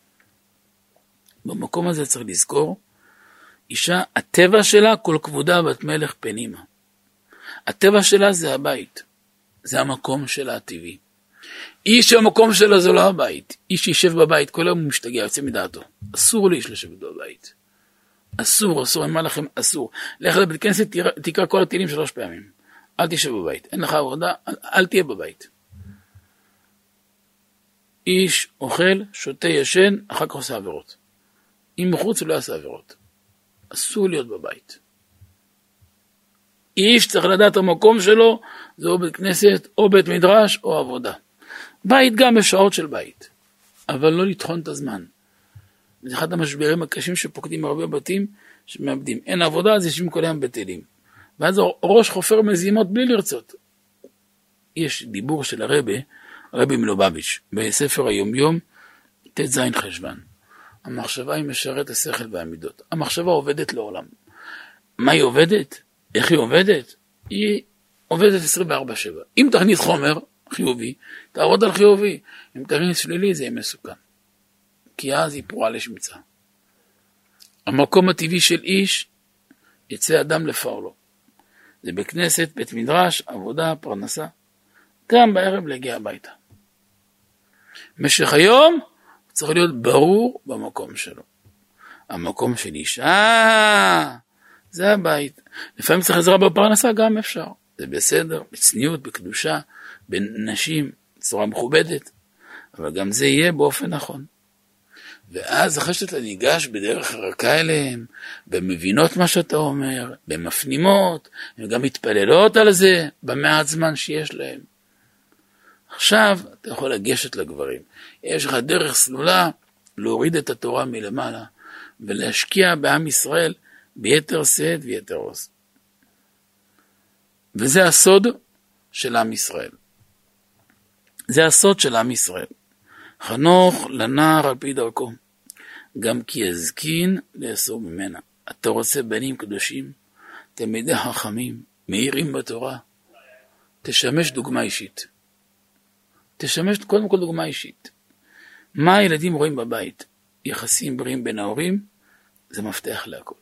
במקום הזה צריך לזכור, אישה, הטבע שלה כל כבודה בת מלך פנימה. הטבע שלה זה הבית. זה המקום שלה הטבעי. איש המקום שלה זה לא הבית. איש שישב בבית, כל היום הוא משתגע, יוצא מדעתו. אסור לאיש לשבת בבית. אסור, אסור, אני אומר לכם, אסור. לך לבית כנסת, תקרא כל התהילים שלוש פעמים. אל תשב בבית. אין לך עבודה, אל, אל תהיה בבית. איש אוכל, שותה, ישן, אחר כך עושה עבירות. אם בחוץ הוא לא יעשה עבירות. אסור להיות בבית. איש צריך לדעת המקום שלו, זה או בית כנסת, או בית מדרש, או עבודה. בית גם בשעות של בית. אבל לא לטחון את הזמן. זה אחד המשברים הקשים שפוקדים הרבה בתים, שמאבדים. אין עבודה, אז ישבים כל היום בטלים. ואז ראש חופר מזימות בלי לרצות. יש דיבור של הרבי, הרבי מלובביץ', בספר היומיום, ת' חשבן. המחשבה היא משרת השכל והמידות. המחשבה עובדת לעולם. מה היא עובדת? איך היא עובדת? היא עובדת עשרים וארבע שבע. אם תכניס חומר חיובי, תעבוד על חיובי. אם תכניס שלילי, זה יהיה מסוכן. כי אז היא פרועה לשמיצה. המקום הטבעי של איש, יצא אדם לפעולו. זה בכנסת, בית מדרש, עבודה, פרנסה. גם בערב להגיע הביתה. משך היום, צריך להיות ברור במקום שלו. המקום של אישה, זה הבית. לפעמים צריך עזרה בפרנסה, גם אפשר. זה בסדר, בצניעות, בקדושה, בין נשים, צורה מכובדת. אבל גם זה יהיה באופן נכון. ואז אחרי שאתה ניגש בדרך הרכה אליהם, במבינות מה שאתה אומר, במפנימות, הן גם מתפללות על זה, במעט זמן שיש להם. עכשיו אתה יכול לגשת לגברים. יש לך דרך סלולה להוריד את התורה מלמעלה, ולהשקיע בעם ישראל ביתר שאת ויתר עוז. וזה הסוד של עם ישראל. זה הסוד של עם ישראל. חנוך לנער על פי דרכו, גם כי יזקין לאסור ממנה. אתה רוצה בנים קדושים, תלמידי חכמים, מהירים בתורה, תשמש דוגמה אישית. תשמש קודם כל דוגמה אישית. מה הילדים רואים בבית? יחסים בריאים בין ההורים, זה מפתח להכל.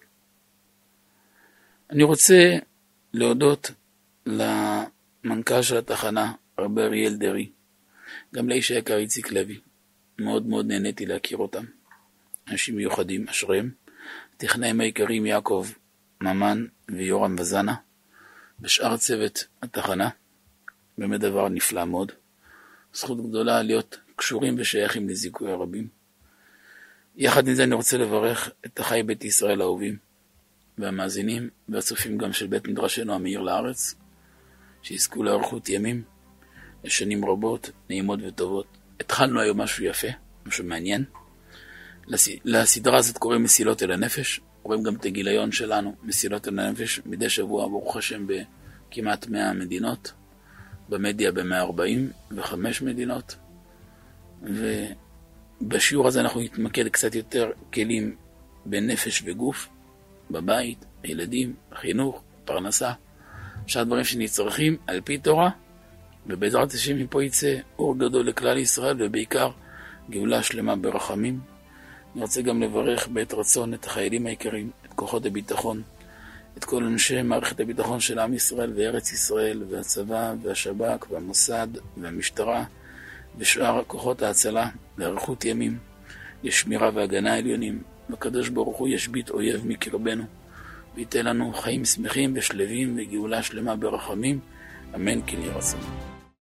אני רוצה להודות למנכ"ל של התחנה, רב אריאל דרעי, גם לאיש היקר איציק לוי. מאוד מאוד נהניתי להכיר אותם. אנשים מיוחדים, אשריהם. טכנאים העיקריים יעקב ממן ויורם וזנה, בשאר צוות התחנה. באמת דבר נפלא מאוד. זכות גדולה להיות קשורים ושייכים לזיכוי הרבים. יחד עם זה אני רוצה לברך את החי בית ישראל האהובים, והמאזינים והצופים גם של בית מדרשנו המאיר לארץ, שיזכו לאריכות ימים, לשנים רבות, נעימות וטובות. התחלנו היום משהו יפה, משהו מעניין. לסדרה הזאת קוראים מסילות אל הנפש, רואים גם את הגיליון שלנו, מסילות אל הנפש, מדי שבוע ברוך השם בכמעט מאה מדינות, במדיה ב-מאה ארבעים וחמש מדינות, ובשיעור הזה אנחנו נתמקד קצת יותר כלים בנפש וגוף, בבית, ילדים, חינוך, פרנסה, שאר דברים שנצרכים על פי תורה, ובעזרת השם מפה יצא אור גדול לכלל ישראל, ובעיקר גאולה שלמה ברחמים. אני רוצה גם לברך בעת רצון את החיילים העיקרים, את כוחות הביטחון, את כל אנשי מערכת הביטחון של עם ישראל וארץ ישראל, והצבא והשב"כ והמוסד והמשטרה, ושאר כוחות ההצלה, לאריכות ימים, לשמירה והגנה עליונים. הקדוש ברוך הוא ישבית אויב מקרבנו, וייתן לנו חיים שמחים ושלווים וגאולה שלמה ברחמים, אמן כן יהי רצון.